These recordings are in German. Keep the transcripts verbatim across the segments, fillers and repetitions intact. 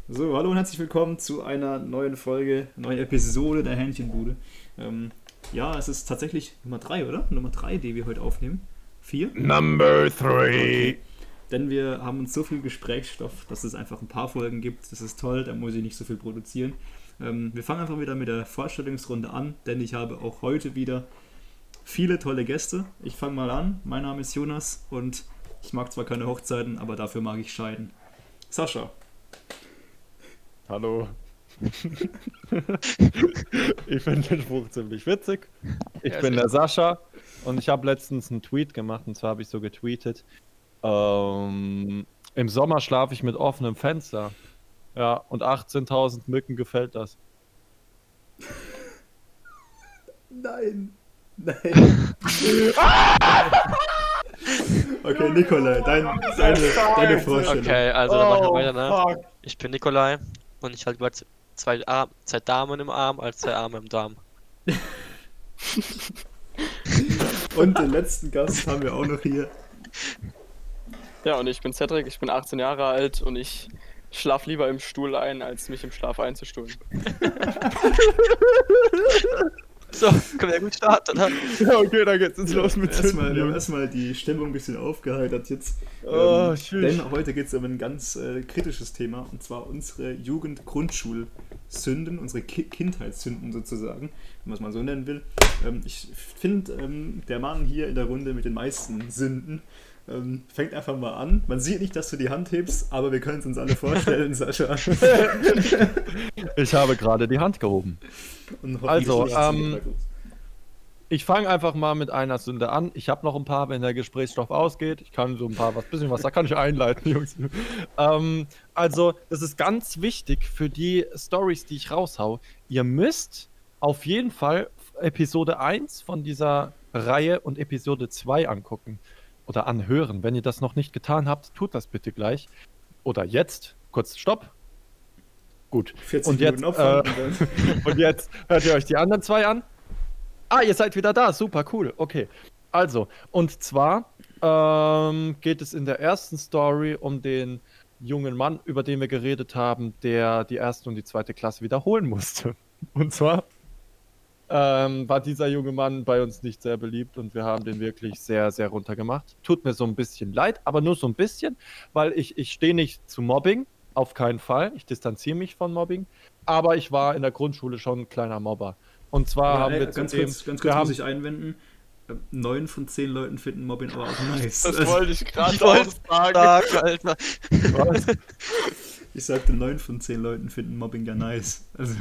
So, hallo und herzlich willkommen zu einer neuen Folge, neuen Episode der Hähnchenbude. Ähm, ja, es ist tatsächlich Nummer drei, oder? Nummer drei, die wir heute aufnehmen. Vier? Number three. Okay. Denn wir haben uns so viel Gesprächsstoff, dass es einfach ein paar Folgen gibt. Das ist toll, da muss ich nicht so viel produzieren. Ähm, wir fangen einfach wieder mit der Vorstellungsrunde an, denn ich habe auch heute wieder viele tolle Gäste. Ich fange mal an. Mein Name ist Jonas und ich mag zwar keine Hochzeiten, aber dafür mag ich Scheiden. Sascha. Hallo. Ich finde den Spruch ziemlich witzig. Ich Ja, bin sehr der Sascha und ich habe letztens einen Tweet gemacht, und zwar habe ich so getweetet, ähm, im Sommer schlafe ich mit offenem Fenster. Ja, und achtzehntausend Mücken gefällt das. Nein. Nein. Okay, Nikolai, dein, deine, deine Vorstellung. Okay, also dann machen wir weiter, ne? fuck. Ich bin Nikolai und ich halte lieber z- zwei, Ar zwei Damen im Arm als zwei Arme im Darm. Und den letzten Gast haben wir auch noch hier. Ja, und ich bin Cedric, ich bin achtzehn Jahre alt und ich schlaf lieber im Stuhl ein, als mich im Schlaf einzustuhlen. So, können wir ja gut starten, oder? Ja, okay, dann geht's jetzt los mit Erstmal, wir haben Zünden. erstmal die Stimmung ein bisschen aufgeheitert jetzt. Oh, ähm, schön. denn heute geht es um ein ganz äh, kritisches Thema, und zwar unsere Jugend-Grundschulsünden, unsere Ki Kindheitssünden sozusagen, wenn man es mal so nennen will. Ähm, ich finde, ähm, der Mann hier in der Runde mit den meisten Sünden ähm, fängt einfach mal an. Man sieht nicht, dass du die Hand hebst, aber wir können es uns alle vorstellen, Sascha. Ich habe gerade die Hand gehoben. Und Also, hoffentlich nichts im ähm, Hintergrund. Ich fange einfach mal mit einer Sünde an. Ich habe noch ein paar, wenn der Gesprächsstoff ausgeht. Ich kann so ein paar, was bisschen was, da kann ich einleiten, Jungs. ähm, also, das ist ganz wichtig für die Stories, die ich raushau. Ihr müsst auf jeden Fall Episode eins von dieser Reihe und Episode zwei angucken oder anhören. Wenn ihr das noch nicht getan habt, tut das bitte gleich. Oder jetzt. Kurz Stopp. Gut. vierzig Und jetzt, Minuten Opfer. äh, und jetzt hört ihr euch die anderen zwei an. Ah, ihr seid wieder da. Super, cool. Okay. Also, und zwar ähm, geht es in der ersten Story um den jungen Mann, über den wir geredet haben, der die erste und die zweite Klasse wiederholen musste. Und zwar ähm, war dieser junge Mann bei uns nicht sehr beliebt und wir haben den wirklich sehr, sehr runtergemacht. Tut mir so ein bisschen leid, aber nur so ein bisschen, weil ich, ich stehe nicht zu Mobbing. Auf keinen Fall. Ich distanziere mich von Mobbing. Aber ich war in der Grundschule schon ein kleiner Mobber. Und zwar Ja, haben ey, wir ganz zudem, kurz, ganz wir kurz haben, muss ich einwenden. äh, Neun von zehn Leuten finden Mobbing aber auch nice. Das Also, wollte ich gerade Ich wollte auch sagen. Stark, Alter. was? ich sagte, neun von zehn Leuten finden Mobbing ja nice. Also,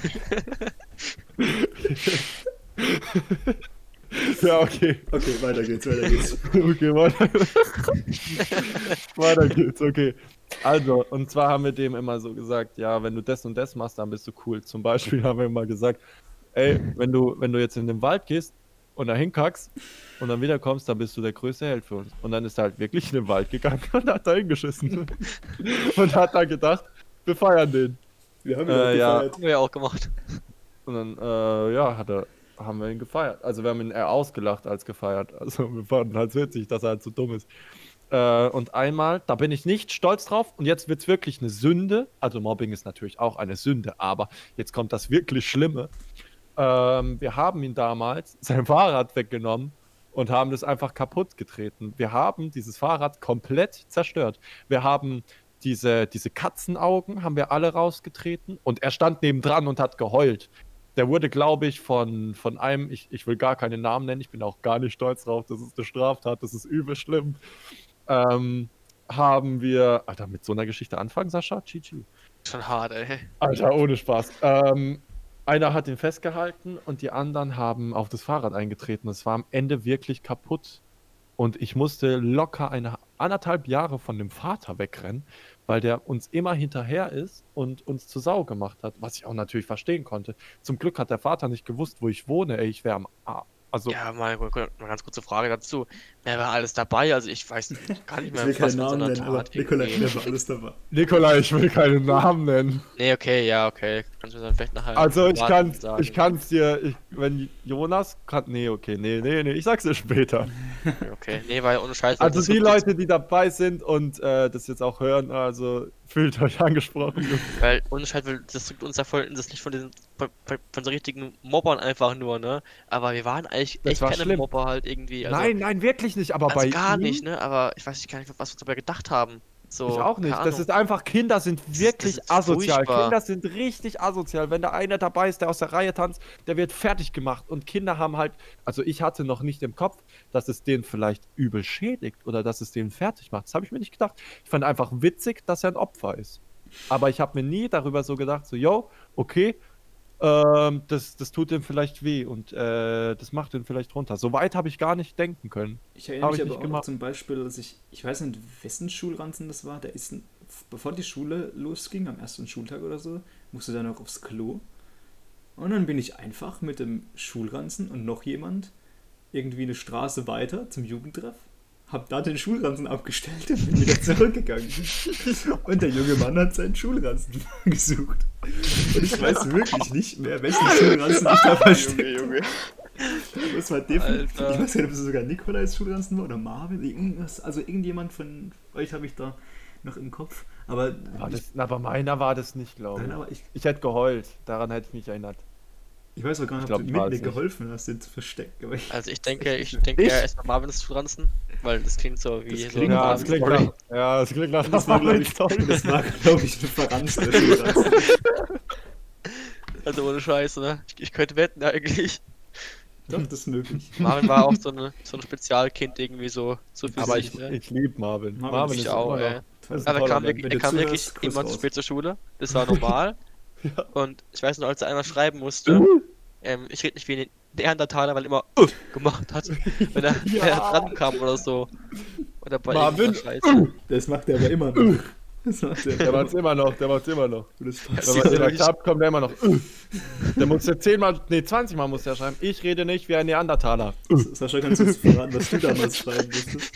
Ja, okay. okay, weiter geht's, weiter geht's. Okay, weiter. Weiter geht's, okay. Also, und zwar haben wir dem immer so gesagt, ja, wenn du das und das machst, dann bist du cool. Zum Beispiel haben wir immer gesagt, ey, wenn du, wenn du jetzt in den Wald gehst und da hinkackst und dann wiederkommst, dann bist du der größte Held für uns. Und dann ist er halt wirklich in den Wald gegangen und hat da hingeschissen. Und hat dann gedacht, wir feiern den. Wir haben ihn Äh, auch ja. gefeiert. Haben wir ja auch gemacht. Und dann, äh, ja, hat er, haben wir ihn gefeiert. Also wir haben ihn eher ausgelacht als gefeiert. Also wir fanden halt witzig, dass er halt so dumm ist. Äh, und einmal, da bin ich nicht stolz drauf, und jetzt wird's wirklich eine Sünde. Also Mobbing ist natürlich auch eine Sünde, aber jetzt kommt das wirklich Schlimme. Ähm, wir haben ihn damals sein Fahrrad weggenommen und haben das einfach kaputt getreten. Wir haben dieses Fahrrad komplett zerstört. Wir haben diese, diese Katzenaugen haben wir alle rausgetreten und er stand nebendran und hat geheult. Der wurde, glaube ich, von, von einem, ich, ich will gar keinen Namen nennen, ich bin auch gar nicht stolz drauf, das ist eine Straftat, das ist übel schlimm. Ähm, haben wir, Alter, mit so einer Geschichte anfangen, Sascha? Chichi. Schon hart, ey. Alter, ohne Spaß. Ähm, einer hat ihn festgehalten und die anderen haben auf das Fahrrad eingetreten. Es war am Ende wirklich kaputt. Und ich musste locker eine anderthalb Jahre von dem Vater wegrennen, weil der uns immer hinterher ist und uns zur Sau gemacht hat, was ich auch natürlich verstehen konnte. Zum Glück hat der Vater nicht gewusst, wo ich wohne. Ey, ich wäre am A. Also, Ja, mal, mal ganz kurze Frage dazu. Wer war alles dabei? Also ich weiß gar nicht Ich mehr, will was keinen mit so Namen einer nennen, aber Tat Nikolai, irgendwie- der war alles dabei. Nikolai, ich will keinen Namen nennen. Nee, okay, ja, okay. Kannst du mir dann vielleicht nachher Also ich privat kann sagen. ich kann's dir, ich, wenn Jonas kann, nee, okay, nee, nee, nee, ich sag's dir später. Okay, nee, weil ohne Scheiß. Also das die wird jetzt- Leute, die dabei sind und äh, das jetzt auch hören, also fühlt euch angesprochen. Weil ohne Scheiß, weil das drückt uns ja voll in das Licht von diesen, von, von von so richtigen Mobbern einfach nur, ne? Aber wir waren eigentlich Das echt war keine schlimm. Mobber halt irgendwie. Also, Nein, nein, wirklich nicht, aber also bei gar ihm, nicht, ne? Aber ich weiß gar nicht, was wir uns dabei gedacht haben. So, ich auch nicht. keine Das Ahnung. ist einfach, Kinder sind ist- wirklich das ist asozial. furchtbar. Kinder sind richtig asozial. Wenn da einer dabei ist, der aus der Reihe tanzt, der wird fertig gemacht. Und Kinder haben halt, also ich hatte noch nicht im Kopf, dass es den vielleicht übel schädigt oder dass es den fertig macht. Das habe ich mir nicht gedacht. Ich fand einfach witzig, dass er ein Opfer ist. Aber ich habe mir nie darüber so gedacht, so, yo, okay, ähm, das, das tut ihm vielleicht weh und äh, das macht ihn vielleicht runter. So weit habe ich gar nicht denken können. Ich erinnere Hab mich ich aber nicht auch gemacht. zum Beispiel, dass ich, ich weiß nicht, wessen Schulranzen das war, der ist, ein- bevor die Schule losging, am ersten Schultag oder so, musste dann noch aufs Klo. Und dann bin ich einfach mit dem Schulranzen und noch jemand irgendwie eine Straße weiter zum Jugendtreff, hab da den Schulranzen abgestellt und bin wieder zurückgegangen. Und der junge Mann hat seinen Schulranzen gesucht. Und ich weiß wirklich nicht mehr, welchen Schulranzen ich da versteckt Junge, Junge. Das war definitiv, Alter. ich weiß nicht, ob es sogar Nikolais Schulranzen war oder Marvin, irgendwas, also irgendjemand von euch habe ich da noch im Kopf, aber, War ich, das, na, aber meiner war das nicht, glaube nein, ich. aber ich, Ich hätte geheult. Daran hätte ich mich erinnert. ich weiß auch gar nicht, Ich glaub, ob ich du war mit es mir nicht. geholfen hast, den zu verstecken, aber ich, Also ich denke, ich denke, Ich? er ist mal Marvins Schranzen, weil das klingt so wie Das so klingt- Ja, Marvins das klingt Story. nach, ja, das klingt nach das war, glaube ich, Story. das war, glaube ich, ein verranzter Schulranzen. Also ohne Scheiße, ne? Ich, ich könnte wetten eigentlich. Doch, das ist möglich. Marvin war auch so, eine, so ein Spezialkind irgendwie so, so für Aber sich, ich, ne? ich liebe Marvin. Marvin Marvin ich ist auch, immer ey. noch. Das ist Aber er toller kam, Mensch. wirklich, Wenn er du kam zuhörst, wirklich Kuss immer zu raus. spät zur Schule. Das war normal. Ja. Und ich weiß noch, als er einmal schreiben musste, ähm, ich rede nicht wie ein Neandertaler, weil er immer uh, gemacht hat, wenn er, wenn er Ja. dran kam oder so. Oder bei Marvin, irgendeiner Scheiße. Das macht er aber immer noch. Das macht er Der macht's immer noch, der macht's immer noch. Das Wenn passt man Ja, den wirklich. klappt, kommt der immer noch. Der muss ja zehnmal, nee, zwanzig Mal muss der schreiben. Ich rede nicht wie ein Neandertaler. Sascha, kannst du uns verraten, was du damals schreiben musstest?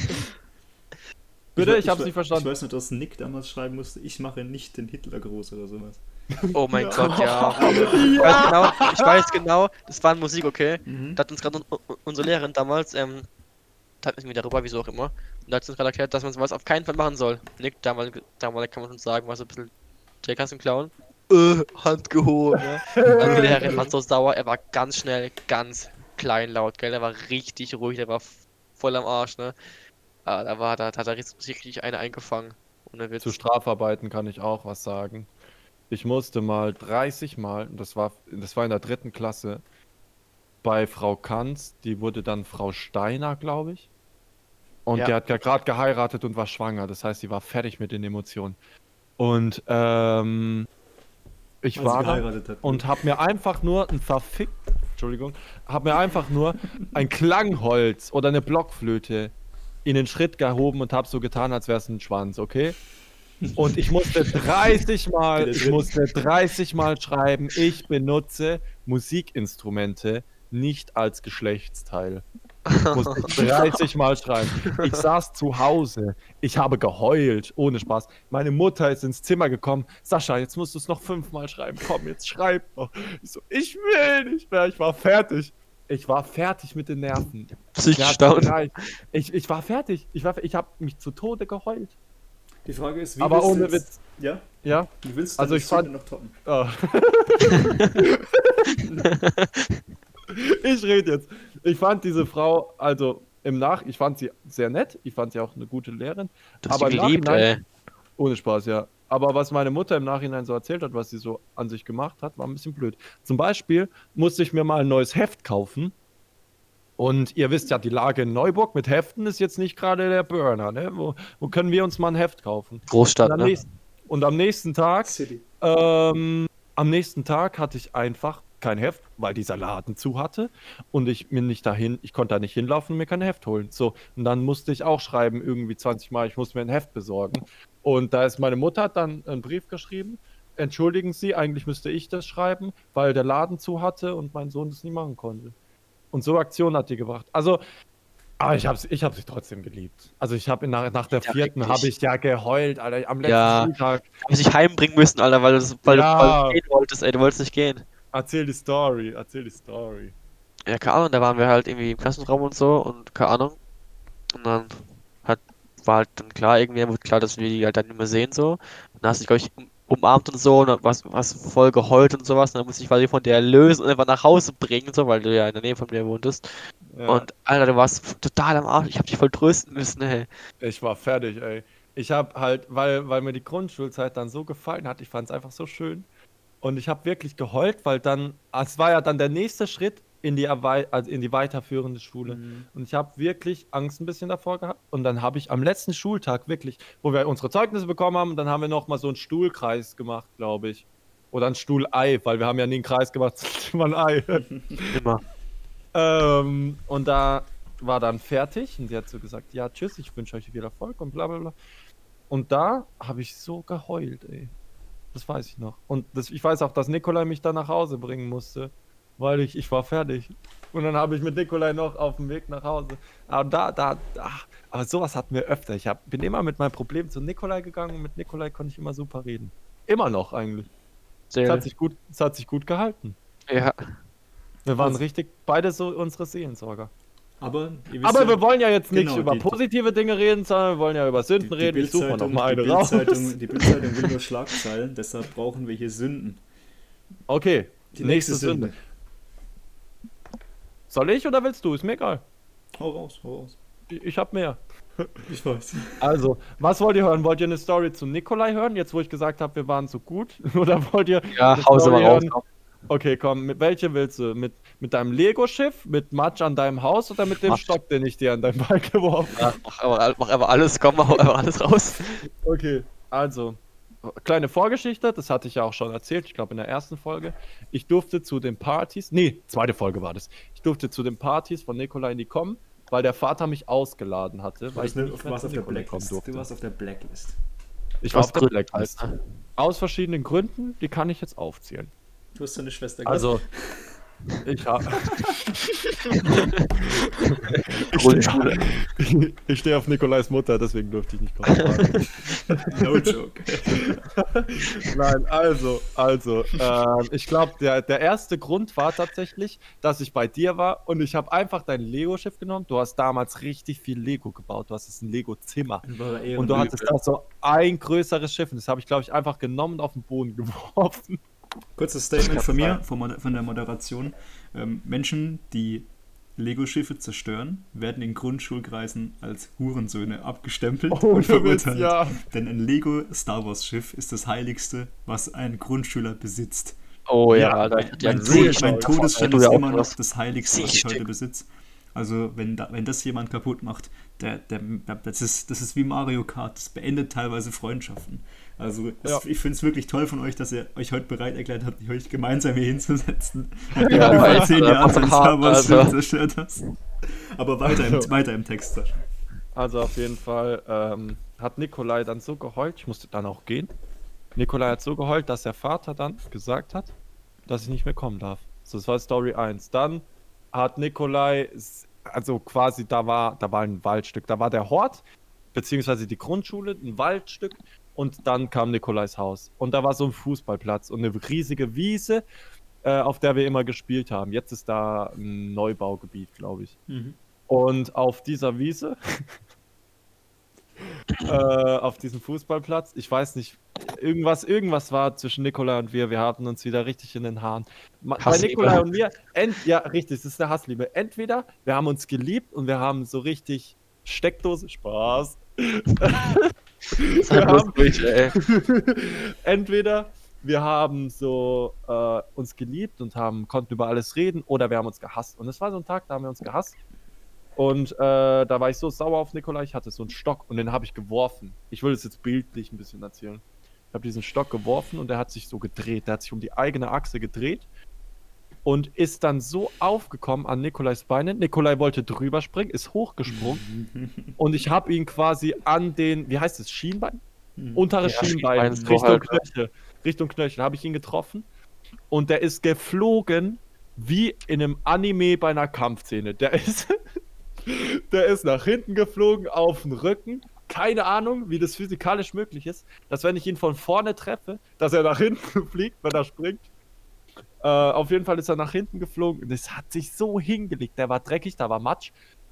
Bitte? we- Ich hab's we- nicht verstanden. Ich weiß nicht, dass Nick damals schreiben musste, ich mache nicht den Hitler groß oder sowas. Oh mein Ja. Gott, ja. Ich weiß genau, ich weiß genau, das war in Musik, okay? Mhm. Da hat uns gerade un- un- unsere Lehrerin damals, ähm, hat irgendwie darüber, wieso auch immer, und da hat sie uns gerade erklärt, dass man sowas auf keinen Fall machen soll. Nick, damals, damals kann man schon sagen, war so ein bisschen Jackass-Clown. Äh, Hand gehoben, ne? Also die Lehrerin war so sauer, er war ganz schnell, ganz kleinlaut, gell? Er war richtig ruhig, der war f- voll am Arsch, ne? Ah, da war, da, da hat er richtig richtig eine eingefangen. Ohne Witz. Zu Strafarbeiten kann ich auch was sagen. Ich musste mal dreißig Mal, und das war, das war in der dritten Klasse, bei Frau Kanz, die wurde dann Frau Steiner, glaube ich. Und Ja. die hat ja gerade geheiratet und war schwanger. Das heißt, sie war fertig mit den Emotionen. Und ähm, ich Weil sie war da geheiratet hat. und habe mir einfach nur ein verfickt, Entschuldigung, habe mir einfach nur ein Klangholz oder eine Blockflöte in den Schritt gehoben und habe so getan, als wäre es ein Schwanz, okay? Und ich musste dreißig Mal, Wieder ich drin. musste dreißig Mal schreiben, ich benutze Musikinstrumente nicht als Geschlechtsteil. Musste ich dreißig Mal schreiben. Ich saß zu Hause, ich habe geheult, ohne Spaß. Meine Mutter ist ins Zimmer gekommen. Sascha, jetzt musst du es noch fünfmal schreiben. Komm, jetzt schreib noch. Ich so, ich will nicht mehr. Ich war fertig. Ich war fertig mit den Nerven. Psychisch Mir hat's down. gereicht. Ich, ich war fertig. Ich, war, ich habe mich zu Tode geheult. Die Frage ist, wie Aber willst du ohne jetzt- Witz. Ja? Ja? Wie willst du Also das ich fand- Szene noch toppen? Ah. Ich rede jetzt. Ich fand diese Frau, also im Nach, ich fand sie sehr nett. Ich fand sie auch eine gute Lehrerin. Du hast Aber ihn im geliebt, Nachhinein- ey. Ohne Spaß, ja. Aber was meine Mutter im Nachhinein so erzählt hat, was sie so an sich gemacht hat, war ein bisschen blöd. Zum Beispiel musste ich mir mal ein neues Heft kaufen. Und ihr wisst ja, die Lage in Neuburg mit Heften ist jetzt nicht gerade der Burner, ne? Wo, wo können wir uns mal ein Heft kaufen? Großstadt, Und am, ne? nächsten, und am nächsten Tag City. ähm, am nächsten Tag hatte ich einfach kein Heft, weil dieser Laden zu hatte und ich mir nicht dahin, ich konnte da nicht hinlaufen und mir kein Heft holen. So, und dann musste ich auch schreiben, irgendwie zwanzig Mal, ich musste mir ein Heft besorgen. Und da ist meine Mutter hat dann einen Brief geschrieben, entschuldigen Sie, eigentlich müsste ich das schreiben, weil der Laden zu hatte und mein Sohn das nie machen konnte. Und so Aktionen hat die gebracht. Also, aber ich habe ich hab sie trotzdem geliebt. Also ich habe nach, nach der Ja, vierten wirklich. habe ich ja geheult, Alter, am letzten Ja. Schultag. Haben sich heimbringen müssen, Alter, weil du, das- weil, Ja. du, weil du gehen wolltest, ey, du wolltest nicht gehen. Erzähl die Story, erzähl die Story. Ja, keine Ahnung, da waren wir halt irgendwie im Klassenraum und so und keine Ahnung. Und dann hat, war halt dann klar, irgendwie wurde klar, dass wir die halt dann nicht mehr sehen so. Und dann hast du dich, glaube ich, um- umarmt und so und was, was voll geheult und sowas. Und dann musste ich quasi von der lösen und einfach nach Hause bringen, so, weil du ja in der Nähe von mir wohntest. Ja. Und Alter, du warst total am Arsch. Ich hab dich voll trösten müssen, ey. Ich war fertig, ey. Ich hab halt, weil, weil mir die Grundschulzeit dann so gefallen hat, ich fand es einfach so schön. Und ich habe wirklich geheult, weil dann, es war ja dann der nächste Schritt in die, Erwei also in die weiterführende Schule. Mhm. Und ich habe wirklich Angst ein bisschen davor gehabt. Und dann habe ich am letzten Schultag wirklich, wo wir unsere Zeugnisse bekommen haben, dann haben wir nochmal so einen Stuhlkreis gemacht, glaube ich. Oder ein Stuhlei, weil wir haben ja nie einen Kreis gemacht, sondern ein Ei. Immer. Ähm, und da war dann fertig und sie hat so gesagt, ja, tschüss, ich wünsche euch viel Erfolg und bla bla bla. Und da habe ich so geheult, ey. Das weiß ich noch. Und das, ich weiß auch, dass Nikolai mich dann nach Hause bringen musste, weil ich, ich war fertig. Und dann habe ich mit Nikolai noch auf dem Weg nach Hause. Aber da, da, da, aber sowas hatten wir öfter. Ich hab, bin immer mit meinem Problem zu Nikolai gegangen und mit Nikolai konnte ich immer super reden. Immer noch eigentlich. Es Sehr. hat sich gut, es hat sich gut gehalten. Ja. Wir waren Also- richtig beide so unsere Seelensorger. Aber, ihr wisst Aber ja, wir wollen ja jetzt nicht genau, über die- positive Dinge reden, sondern wir wollen ja über die, Sünden die reden. Ich suche mal noch Bildzeitung, mal die eine raus. Bildzeitung, die Bildzeitung will nur Schlagzeilen, deshalb brauchen wir hier Sünden. Okay, Die nächste Sünde. Soll ich oder willst du? Ist mir egal. Hau raus, hau raus. Ich, ich hab mehr. Ich weiß. Also, was wollt ihr hören? Wollt ihr eine Story zu Nikolai hören? Jetzt, wo ich gesagt habe, wir waren so gut? Oder wollt ihr Ja, eine Hause mal Story raus. hören? Okay, komm, mit welche willst du? Mit, mit deinem Lego-Schiff, mit Matsch an deinem Haus oder mit dem Matsch. Stock, den ich dir an dein Bein geworfen habe? Ja, mach, aber, mach einfach alles, komm, mach einfach alles raus. Okay, also, kleine Vorgeschichte, das hatte ich ja auch schon erzählt, ich glaube in der ersten Folge. Ich durfte zu den Partys, nee, zweite Folge war das. Ich durfte zu den Partys von Nikolai nie kommen, weil der Vater mich ausgeladen hatte, weil ich Du nicht mehr warst zu auf der Nikolai kommen Blacklist. durfte. Du warst auf der Blacklist. Ich war auf Aus der Gründen Blacklist. halt, ne? Aus verschiedenen Gründen, die kann ich jetzt aufzählen. Du hast so eine Schwester gehabt. Also, ich habe. Grundschule. Ich stehe auf Nikolais Mutter, deswegen durfte ich nicht kommen. No joke. Nein, also, also, ähm, ich glaube, der, der erste Grund war tatsächlich, dass ich bei dir war und ich habe einfach dein Lego-Schiff genommen. Du hast damals richtig viel Lego gebaut. Du hast es ein Lego-Zimmer. Und du hattest da so ein größeres Schiff und das habe ich, glaube ich, einfach genommen und auf den Boden geworfen. Kurzes Statement von mir, von, Mod- von der Moderation. Ähm, Menschen, die Lego-Schiffe zerstören, werden in Grundschulkreisen als Hurensöhne abgestempelt und Ohne Witz, verurteilt. ja. Denn ein Lego-Star Wars-Schiff ist das Heiligste, was ein Grundschüler besitzt. Oh ja, Ja, Alter. mein- Ich ja Mein, sehe Tod, ich mein schon. Todesstern Du ist ja auch immer noch was. das Heiligste, Sehe was ich ich heute Stück. besitze. Also wenn, da, wenn das jemand kaputt macht, der, der, das, ist, das ist wie Mario Kart, das beendet teilweise Freundschaften. Also das, Ja. ich finde es wirklich toll von euch, dass ihr euch heute bereit erklärt habt, euch gemeinsam hier hinzusetzen. Und Ja, du vor Alter, zehn das Jahren war sein hart, Star Wars Schiff Alter. zerstört hast. Aber weiter im, Also. weiter im Text, Sascha. Also auf jeden Fall ähm, hat Nikolai dann so geheult, ich musste dann auch gehen. Nikolai hat so geheult, dass der Vater dann gesagt hat, dass ich nicht mehr kommen darf. So, das war Story eins. Dann hat Nikolai, s- also quasi, da war, da war ein Waldstück, da war der Hort, beziehungsweise die Grundschule, ein Waldstück und dann kam Nikolais Haus. Und da war so ein Fußballplatz und eine riesige Wiese, äh, auf der wir immer gespielt haben. Jetzt ist da ein Neubaugebiet, glaube ich. Mhm. Und auf dieser Wiese, äh, auf diesem Fußballplatz, ich weiß nicht, irgendwas, irgendwas war zwischen Nikolai und wir. Wir hatten uns wieder richtig in den Haaren. Ma- Bei Hassliebe. Nikolai und mir, ent, ja, richtig, das ist eine Hassliebe. Entweder wir haben uns geliebt und wir haben so richtig Steckdose, Spaß. Das Wir hat bloß haben- durch, ey. Entweder wir haben so äh, uns geliebt und haben, konnten über alles reden oder wir haben uns gehasst. Und es war so ein Tag, da haben wir uns gehasst. Und äh, da war ich so sauer auf Nikolai, ich hatte so einen Stock und den habe ich geworfen. Ich will es jetzt bildlich ein bisschen erzählen. Ich habe diesen Stock geworfen und der hat sich so gedreht. Der hat sich um die eigene Achse gedreht und ist dann so aufgekommen an Nikolais Beine. Nikolai wollte drüber springen, ist hochgesprungen und ich habe ihn quasi an den, wie heißt es, Schienbein? Unteres Ja, Schienbein, Schienbein, so Richtung halt, ja. Knöchel. Richtung Knöchel habe ich ihn getroffen und der ist geflogen wie in einem Anime bei einer Kampfszene. Der ist, der ist nach hinten geflogen auf den Rücken. Keine Ahnung, wie das physikalisch möglich ist, dass wenn ich ihn von vorne treffe, dass er nach hinten fliegt, wenn er springt. Äh, auf jeden Fall ist er nach hinten geflogen und es hat sich so hingelegt. Der war dreckig, da war Matsch.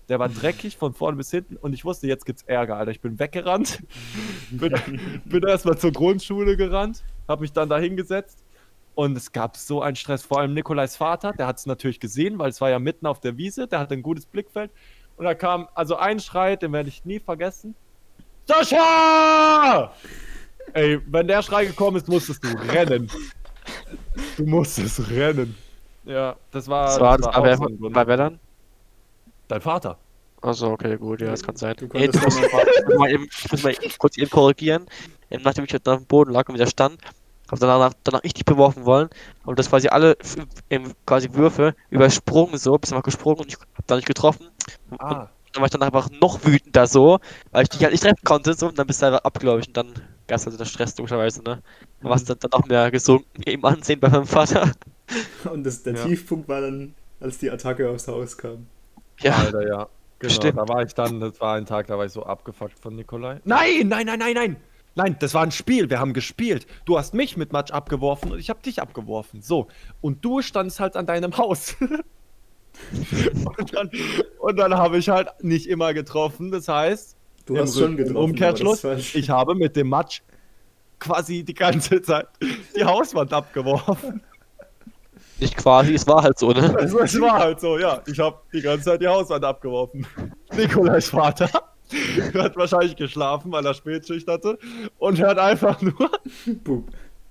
Der war dreckig von vorne bis hinten und ich wusste, jetzt gibt's Ärger, Alter. Ich bin weggerannt, bin, bin erstmal zur Grundschule gerannt, habe mich dann da hingesetzt und es gab so einen Stress. Vor allem Nikolais Vater, der hat es natürlich gesehen, weil es war ja mitten auf der Wiese, der hatte ein gutes Blickfeld und da kam also ein Schrei, den werde ich nie vergessen. Sascha! Ey, wenn der Schrei gekommen ist, musstest du rennen. Du musstest rennen. Ja, das war. Das war, das auch war, wer, so ein Grund. war wer dann? Dein Vater. Achso, okay, gut, ja, das kann sein. Du Ey, konntest du musst mal, ich muss mal, eben, ich muss mal kurz eben korrigieren. Ähm, nachdem ich halt auf dem Boden lag und wieder stand, habe danach, danach richtig beworfen wollen und das quasi alle f- ähm, quasi Würfe übersprungen so, bis mal gesprungen und ich hab da nicht getroffen. Und Ah. dann war ich dann einfach noch wütender so, weil ich dich halt nicht treffen konnte so und dann bist du einfach ab, glaube ich, und dann gab es also der Stress logischerweise, ne? Dann war es dann, dann auch mehr gesunken im Ansehen bei meinem Vater. Und das, der Ja. Tiefpunkt war dann, als die Attacke aufs Haus kam. Ja, Alter, ja. Genau, Stimmt. da war ich dann, das war ein Tag, da war ich so abgefuckt von Nikolai. Nein, nein, nein, nein, nein! Nein, das war ein Spiel, wir haben gespielt. Du hast mich mit Matsch abgeworfen und ich habe dich abgeworfen. So. Und du standst halt an deinem Haus. und dann, und dann habe ich halt nicht immer getroffen. Das heißt, Du im hast schon Rück- im getroffen. Umkehrschluss, aber das ist falsch. ich habe mit dem Matsch quasi die ganze Zeit die Hauswand abgeworfen. nicht quasi, es war halt so, ne? Also es war halt so, ja. Ich habe die ganze Zeit die Hauswand abgeworfen. Nikolais Vater hat wahrscheinlich geschlafen, weil er Spätschicht hatte und hat einfach nur Pup.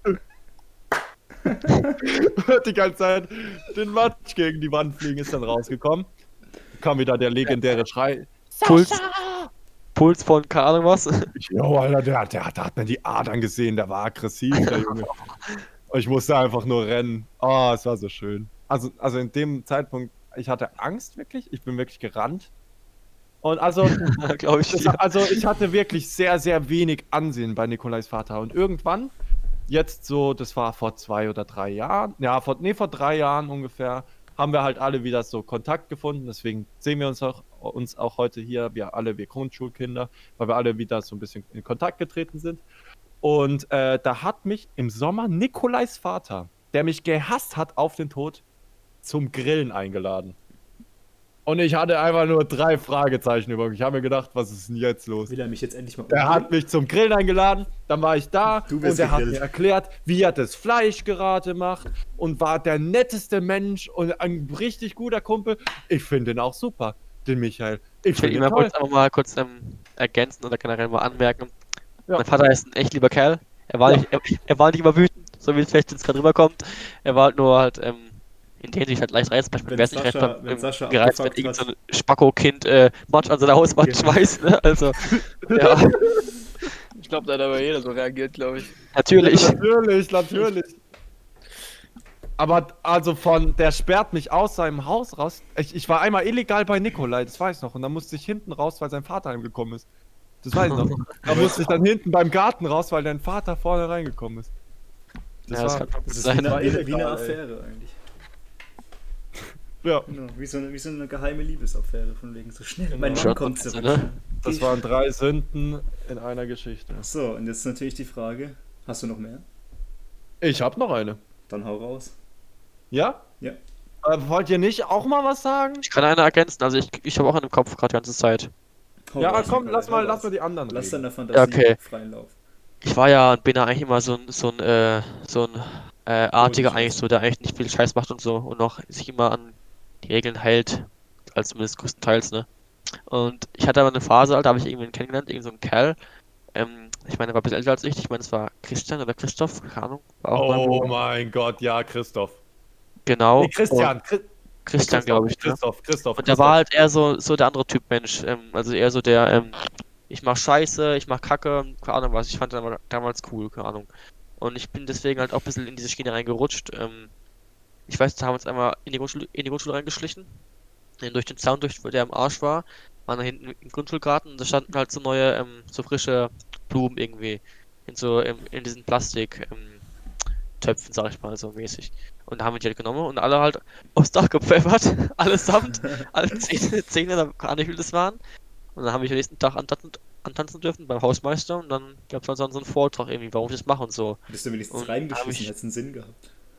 hat die ganze Zeit den Matsch gegen die Wand fliegen, ist dann rausgekommen. Kam wieder der legendäre Schrei. Puls, Puls von keine Ahnung was. Jo, Alter, der, der, der hat mir die Adern gesehen, der war aggressiv, der Junge. Und ich musste einfach nur rennen. Oh, es war so schön. Also, also in dem Zeitpunkt, ich hatte Angst wirklich, ich bin wirklich gerannt. Und also, glaube ich. das, Ja. also ich hatte wirklich sehr, sehr wenig Ansehen bei Nikolais Vater. Und irgendwann, jetzt so, das war vor zwei oder drei Jahren, ja, vor, nee, vor drei Jahren ungefähr, haben wir halt alle wieder so Kontakt gefunden. Deswegen sehen wir uns auch, uns auch heute hier, wir alle, wir Grundschulkinder, weil wir alle wieder so ein bisschen in Kontakt getreten sind. Und äh, da hat mich im Sommer Nikolais Vater, der mich gehasst hat auf den Tod, zum Grillen eingeladen. Und ich hatte einfach nur drei Fragezeichen über mich. Ich habe mir gedacht, was ist denn jetzt los? Will er mich jetzt endlich mal Er hat mich zum Grillen eingeladen, dann war ich da Du und wirst er hat gegrillt. mir erklärt, wie er das Fleisch gerade macht und war der netteste Mensch und ein richtig guter Kumpel. Ich finde ihn auch super, den Michael. Ich Ich will finde ihn ihn mal toll. kurz einfach mal kurz ähm, ergänzen oder generell mal anmerken. Ja. Mein Vater ist ein echt lieber Kerl. Er war, Ja. nicht, er, er war nicht immer wütend, so wie es vielleicht jetzt gerade rüberkommt. Er war halt nur halt ähm, in der Hinsicht halt leicht reizbar. Wenn Wer ist nicht Sascha- reizbar, wenn ähm, Sascha gereizt, wenn abgefuckt irgend so hat. ein Spacko-Kind äh, Matsch an seiner Hauswand Genau. schmeißt, ne? Also, ja, Ich glaube, da hat aber jeder so reagiert, glaube ich. natürlich. Natürlich, natürlich. Aber also von, der sperrt mich aus seinem Haus raus. Ich, ich war einmal illegal bei Nikolai, das weiß ich noch. Und dann musste ich hinten raus, weil sein Vater heimgekommen ist. Das weiß ich noch. Da musste ich dann hinten beim Garten raus, weil dein Vater vorne reingekommen ist. Das Ja, das war, kann schon gut Das ist wie sein. eine, war wie eine, wie eine illegal, ey. Affäre eigentlich. ja, Genau, wie so eine, wie so eine geheime Liebesaffäre von wegen so schnell. Genau. Mein Mann Schon, kommt also, zurück. ne? das waren drei Sünden in einer Geschichte. So, und jetzt natürlich die Frage, hast du noch mehr? Ich hab noch eine. Dann hau raus. Ja? Ja. Äh, wollt ihr nicht auch mal was sagen? Ich kann eine ergänzen, also ich, ich habe auch einen im Kopf gerade die ganze Zeit. Hau Ja, raus, komm, Nikolai, lass hau mal, raus. lass mal die anderen Lass reden. deiner Fantasie Okay. freien Lauf. Ich war ja und bin ja eigentlich immer so ein, so ein, äh, so ein äh, Artiger Scheiße. eigentlich so, der eigentlich nicht viel Scheiß macht und so und noch sich immer an die Regeln hält, als zumindest größtenteils, ne? Und ich hatte aber eine Phase, da habe ich irgendwen kennengelernt, irgend so einen Kerl, ähm, ich meine, er war ein bisschen älter als ich, ich meine, es war Christian oder Christoph, keine Ahnung, war auch mal Oh mein Gott, ja, Christoph. genau. Nee, Christian. Chri- Und Christian, glaube ich, ne? Christoph, Christoph. Und der war halt eher so, so der andere Typ Mensch, ähm, also eher so der, ähm, ich mach Scheiße, ich mach Kacke, keine Ahnung was, ich fand den aber damals cool, keine Ahnung. Und ich bin deswegen halt auch ein bisschen in diese Schiene reingerutscht. Ähm, ich weiß, da haben wir uns einmal in die Grundschule, in die Grundschule reingeschlichen, äh, durch den Zaun, durch, der am Arsch war, waren da hinten im Grundschulgarten und da standen halt so neue, ähm, so frische Blumen irgendwie, in so, ähm, in diesen Plastik, ähm, Töpfen, sag ich mal, so mäßig. Und da haben wir die halt genommen und alle halt aufs Dach gepfeffert, allesamt, alle Zähne, Zähne, da gar nicht, wie viel das waren. Und dann habe ich am nächsten Tag antanzen, antanzen dürfen beim Hausmeister und dann gab es dann so einen Vortrag irgendwie, warum ich das mache und so. Bist du wenigstens Und reingeschissen, hab ich- hättest einen Sinn gehabt.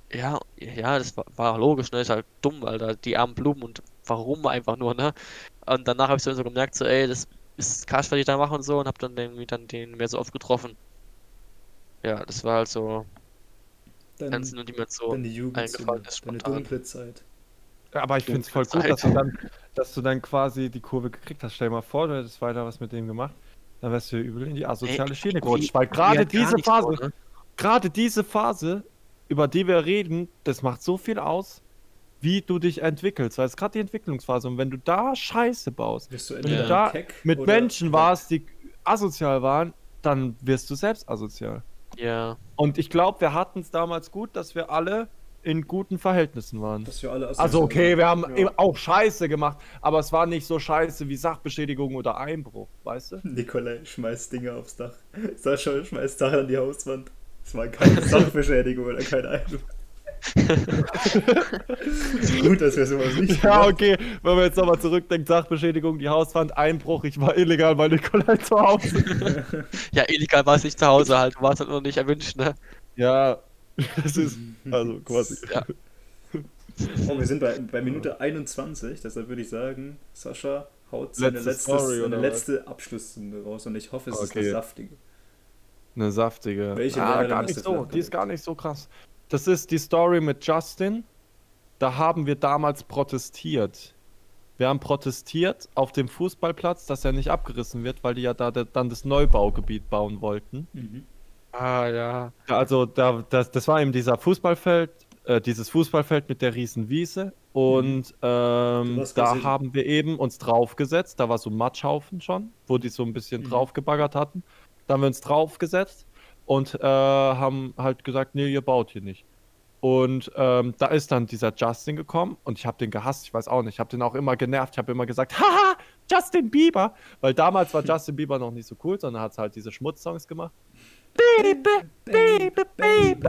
Ja, ja, das war, war logisch, ne? Ist halt dumm, Alter. Die armen Blumen und warum einfach nur, ne? Und danach habe ich so so gemerkt, so, ey, das ist krass, was ich da mache und so und hab dann den, dann den mehr so oft getroffen. Ja, das war halt so Dann, ganz nur, die mir so dann die Jugendzeit, eingefallen ist deine spontan. dunkle Zeit. Ja, aber ich finde es voll gut, Zeit. dass du, dann, dass du dann quasi die Kurve gekriegt hast. Stell dir mal vor, du hättest weiter was mit dem gemacht. Dann wärst du übel in die asoziale Ey, Schiene irgendwie- gerutscht. Weil irgendwie gerade halt gar diese nicht so, Phase, ne? gerade diese Phase, über die wir reden, das macht so viel aus, wie du dich entwickelst. Weil es gerade die Entwicklungsphase. Und wenn du da Scheiße baust, Wirst du wenn du entweder da keck mit oder Menschen warst, die asozial waren, dann wirst du selbst asozial. Ja. Und ich glaube, wir hatten es damals gut, dass wir alle in guten Verhältnissen waren. dass wir alle Also okay, wir haben Ja. eben auch Scheiße gemacht, aber es war nicht so Scheiße wie Sachbeschädigung oder Einbruch, weißt du? Nikolai schmeißt Dinge aufs Dach. Sascha schmeißt Sachen an die Hauswand. Es war keine Sachbeschädigung oder kein Einbruch. Gut, dass wir sowas nicht Ja, gemacht okay, wenn man jetzt nochmal zurückdenkt, Sachbeschädigung, die Hauswand, Einbruch, ich war illegal bei Nikolai zu Hause. Ja, illegal war es nicht zu Hause halt, du warst halt nur nicht erwünscht, ne? Ja, das ist, also quasi. Ja. Oh, wir sind bei, bei Minute einundzwanzig, deshalb würde ich sagen, Sascha haut seine Letzte letzte, Story, seine oder letzte Abschlussrunde raus und ich hoffe, es ist Okay. eine saftige. Eine saftige. Welche ah, wäre denn gar das nicht jetzt so, Flachgewicht? die ist gar nicht so krass. Das ist die Story mit Justin. Da haben wir damals protestiert. Wir haben protestiert auf dem Fußballplatz, dass er nicht abgerissen wird, weil die ja da de- dann das Neubaugebiet bauen wollten. Mhm. Ah, ja. Ja, also da, das, das war eben dieser Fußballfeld, äh, dieses Fußballfeld mit der riesen Wiese. Und ähm, warst da quasi- haben wir eben uns draufgesetzt. Da war so ein Matschhaufen schon, wo die so ein bisschen Mhm. draufgebaggert hatten. Da haben wir uns draufgesetzt und äh, haben halt gesagt, nee, ihr baut hier nicht. Und ähm, da ist dann dieser Justin gekommen und ich habe den gehasst, ich weiß auch nicht. Ich habe den auch immer genervt. Ich habe immer gesagt, haha, Justin Bieber. Weil damals war Justin Bieber noch nicht so cool, sondern hat halt diese Schmutzsongs gemacht. Baby, baby, baby.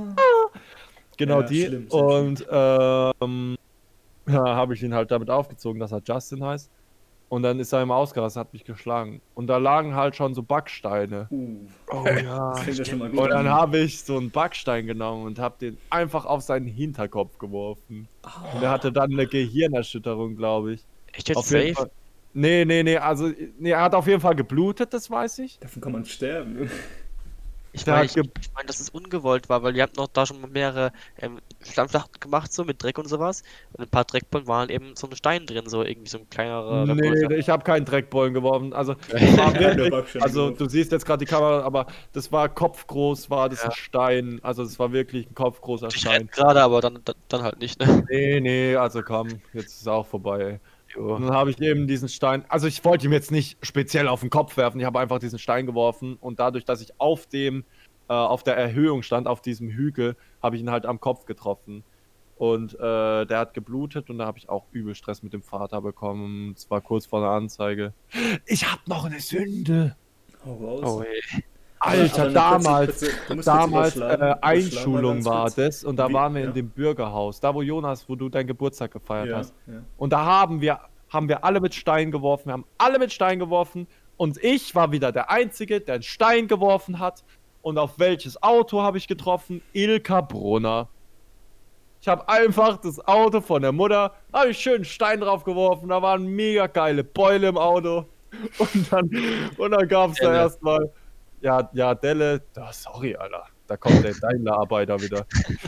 Genau Ja, die. schlimm, sehr und ähm, ja, habe ich ihn halt damit aufgezogen, dass er Justin heißt. Und dann ist er immer ausgerastet, hat mich geschlagen. Und da lagen halt schon so Backsteine. Uh, Oh ja. das fängt ja schon mal gut Und dann an. habe ich so einen Backstein genommen und habe den einfach auf seinen Hinterkopf geworfen. Und er hatte dann eine Gehirnerschütterung, glaube ich. Echt jetzt Auf jeden safe? Fall. Nee, nee, nee, also nee, er hat auf jeden Fall geblutet, das weiß ich. Davon kann man sterben. Ich Der meine, hat ich, ge- ich mein, dass es ungewollt war, weil ihr habt noch da schon mehrere ähm, Stammschlachten gemacht, so mit Dreck und sowas. Und ein paar Dreckbollen waren eben so ein Stein drin, so irgendwie so ein kleinerer. oder Nee, größer. ich habe keinen Dreckbollen geworfen. Also, das war wirklich, Backstein also geworfen. du siehst jetzt gerade die Kamera, aber das war kopfgroß, war das Ja. ein Stein. Also das war wirklich ein kopfgroßer Ich Stein. renn gerade, aber dann, dann, dann halt nicht, ne? Nee, nee, also komm, jetzt ist es auch vorbei. Ey. Jo. Und dann habe ich eben diesen Stein, also ich wollte ihm jetzt nicht speziell auf den Kopf werfen, ich habe einfach diesen Stein geworfen und dadurch, dass ich auf dem, äh, auf der Erhöhung stand, auf diesem Hügel, habe ich ihn halt am Kopf getroffen. Und äh, der hat geblutet und da habe ich auch übel Stress mit dem Vater bekommen. Es war kurz vor der Anzeige. Ich habe noch eine Sünde. Hau raus. Oh ey. Alter, Aber eine damals, kurze- kurze- du musst kurz damals überschlagen. äh, Überschlagen mal Einschulung ganz war kurz. das und da Wie- waren wir ja. in dem Bürgerhaus, da wo Jonas, wo du deinen Geburtstag gefeiert Ja, hast. ja. Und da haben wir, haben wir alle mit Stein geworfen, wir haben alle mit Stein geworfen und ich war wieder der Einzige, der einen Stein geworfen hat. Und auf welches Auto habe ich getroffen? Ilka Brunner. Ich habe einfach das Auto von der Mutter, habe ich schön einen Stein drauf geworfen, da waren mega geile Beule im Auto. Und dann, und dann gab es da Delle. erstmal, ja, ja, Delle, da, sorry, Alter, da kommt der Daimler-Arbeiter wieder.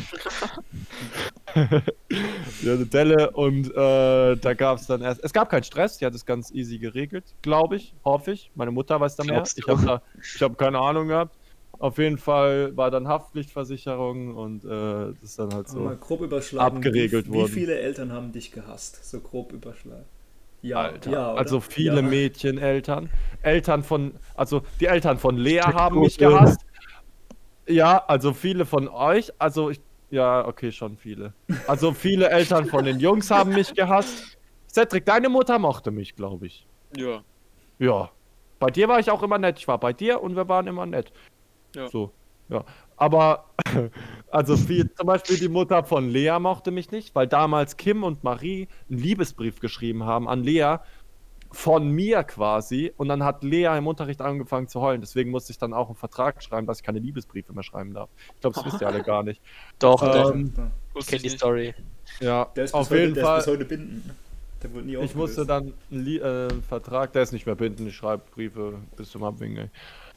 Ja, eine Delle und äh, da gab es dann erst, es gab keinen Stress, die hat es ganz easy geregelt, glaube ich, hoffe ich. Meine Mutter weiß da mehr, Glaubst ich du? habe da, ich habe keine Ahnung gehabt. Auf jeden Fall war dann Haftpflichtversicherung und äh, das ist dann halt Aber mal so. grob überschlagen. abgeregelt wie, wurden. Wie viele Eltern haben dich gehasst? So grob überschlagen. Ja, Alter, ja, oder? also viele ja. Mädcheneltern, Eltern von, also die Eltern von Lea Stück haben mich Gute. gehasst. Ja, also viele von euch, also ich, ja, okay, schon viele. Also viele Eltern von den Jungs haben mich gehasst. Cedric, deine Mutter mochte mich, glaube ich. Ja. Ja. Bei dir war ich auch immer nett. Ich war bei dir und wir waren immer nett. Ja. So, ja. Aber, also viel, zum Beispiel die Mutter von Lea mochte mich nicht, weil damals Kim und Marie einen Liebesbrief geschrieben haben an Lea. von mir quasi. Und dann hat Lea im Unterricht angefangen zu heulen. Deswegen musste ich dann auch einen Vertrag schreiben, dass ich keine Liebesbriefe mehr schreiben darf. Ich glaube, das wisst ihr alle gar nicht. Doch, doch. Ähm, Ich Wusste kenne ich die nicht. Story. Ja, Der ist, auf bis, heute, jeden der Fall. ist bis heute bindend. Der wurde nie Ich musste aufgelöst. dann einen Lie- äh, einen Vertrag, der ist nicht mehr bindend, ich schreibe Briefe bis zum Abwinken.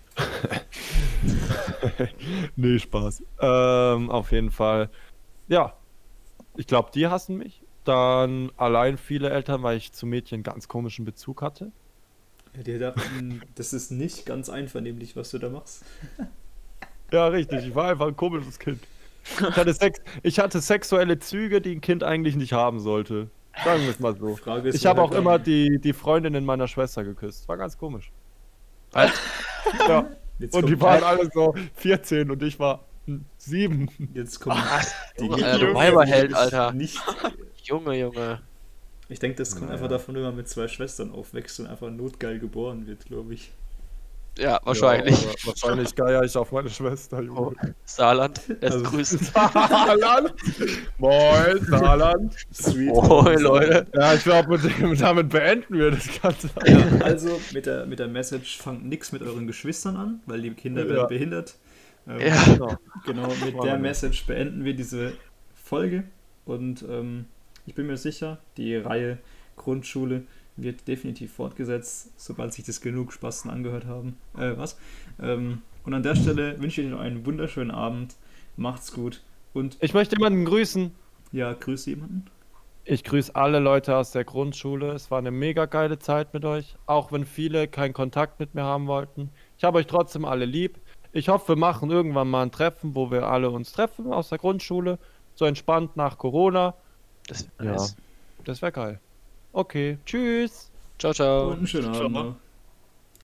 Nee, Spaß. Ähm, auf jeden Fall. Ja, ich glaube, die hassen mich. Dann allein viele Eltern, weil ich zu Mädchen einen ganz komischen Bezug hatte. Ja, die dachten, das ist nicht ganz einvernehmlich, was du da machst. Ja, richtig, ich war einfach ein komisches Kind. Ich hatte, Sex ich hatte sexuelle Züge, die ein Kind eigentlich nicht haben sollte. Sagen wir es mal so. Frage ist, Ich habe woher auch immer kam- die, die Freundinnen meiner Schwester geküsst. War ganz komisch. Halt. Ja. Jetzt Und die kommt- waren alle so vierzehn und ich war hm, sieben. Jetzt kommt die Junge, Gegend- du Weiberheld, ist Alter. Nicht, Junge, Junge. ich denke, das kommt Naja. einfach davon, wenn man mit zwei Schwestern aufwächst und einfach notgeil geboren wird, glaube ich. Ja, wahrscheinlich. Ja, aber wahrscheinlich geier ich auf meine Schwester, Junge. Saarland, lässt Also- grüßen. Saarland! Moin, Saarland! Sweet. Moin, Leute. Ja, ich glaube, mit dem- damit beenden wir das Ganze. Ja, also mit der, mit der Message, fangt nichts mit euren Geschwistern an, weil die Kinder werden Ja. behindert. Ähm, Ja. Genau. Genau, mit War der nicht. Message beenden wir diese Folge und ähm, ich bin mir sicher, die Reihe Grundschule wird definitiv fortgesetzt, sobald sich das genug Spasten angehört haben. Äh, was? Ähm, und an der Stelle wünsche ich euch noch einen wunderschönen Abend. Macht's gut und Ich möchte jemanden grüßen. ja, grüß jemanden. Ich grüße alle Leute aus der Grundschule. Es war eine mega geile Zeit mit euch, auch wenn viele keinen Kontakt mit mir haben wollten. Ich habe euch trotzdem alle lieb. Ich hoffe, wir machen irgendwann mal ein Treffen, wo wir alle uns treffen aus der Grundschule. So entspannt nach Corona. Das Ja, nice. das wäre geil. Okay, tschüss. Ciao, ciao. Und einen schönen Ciao. Abend noch.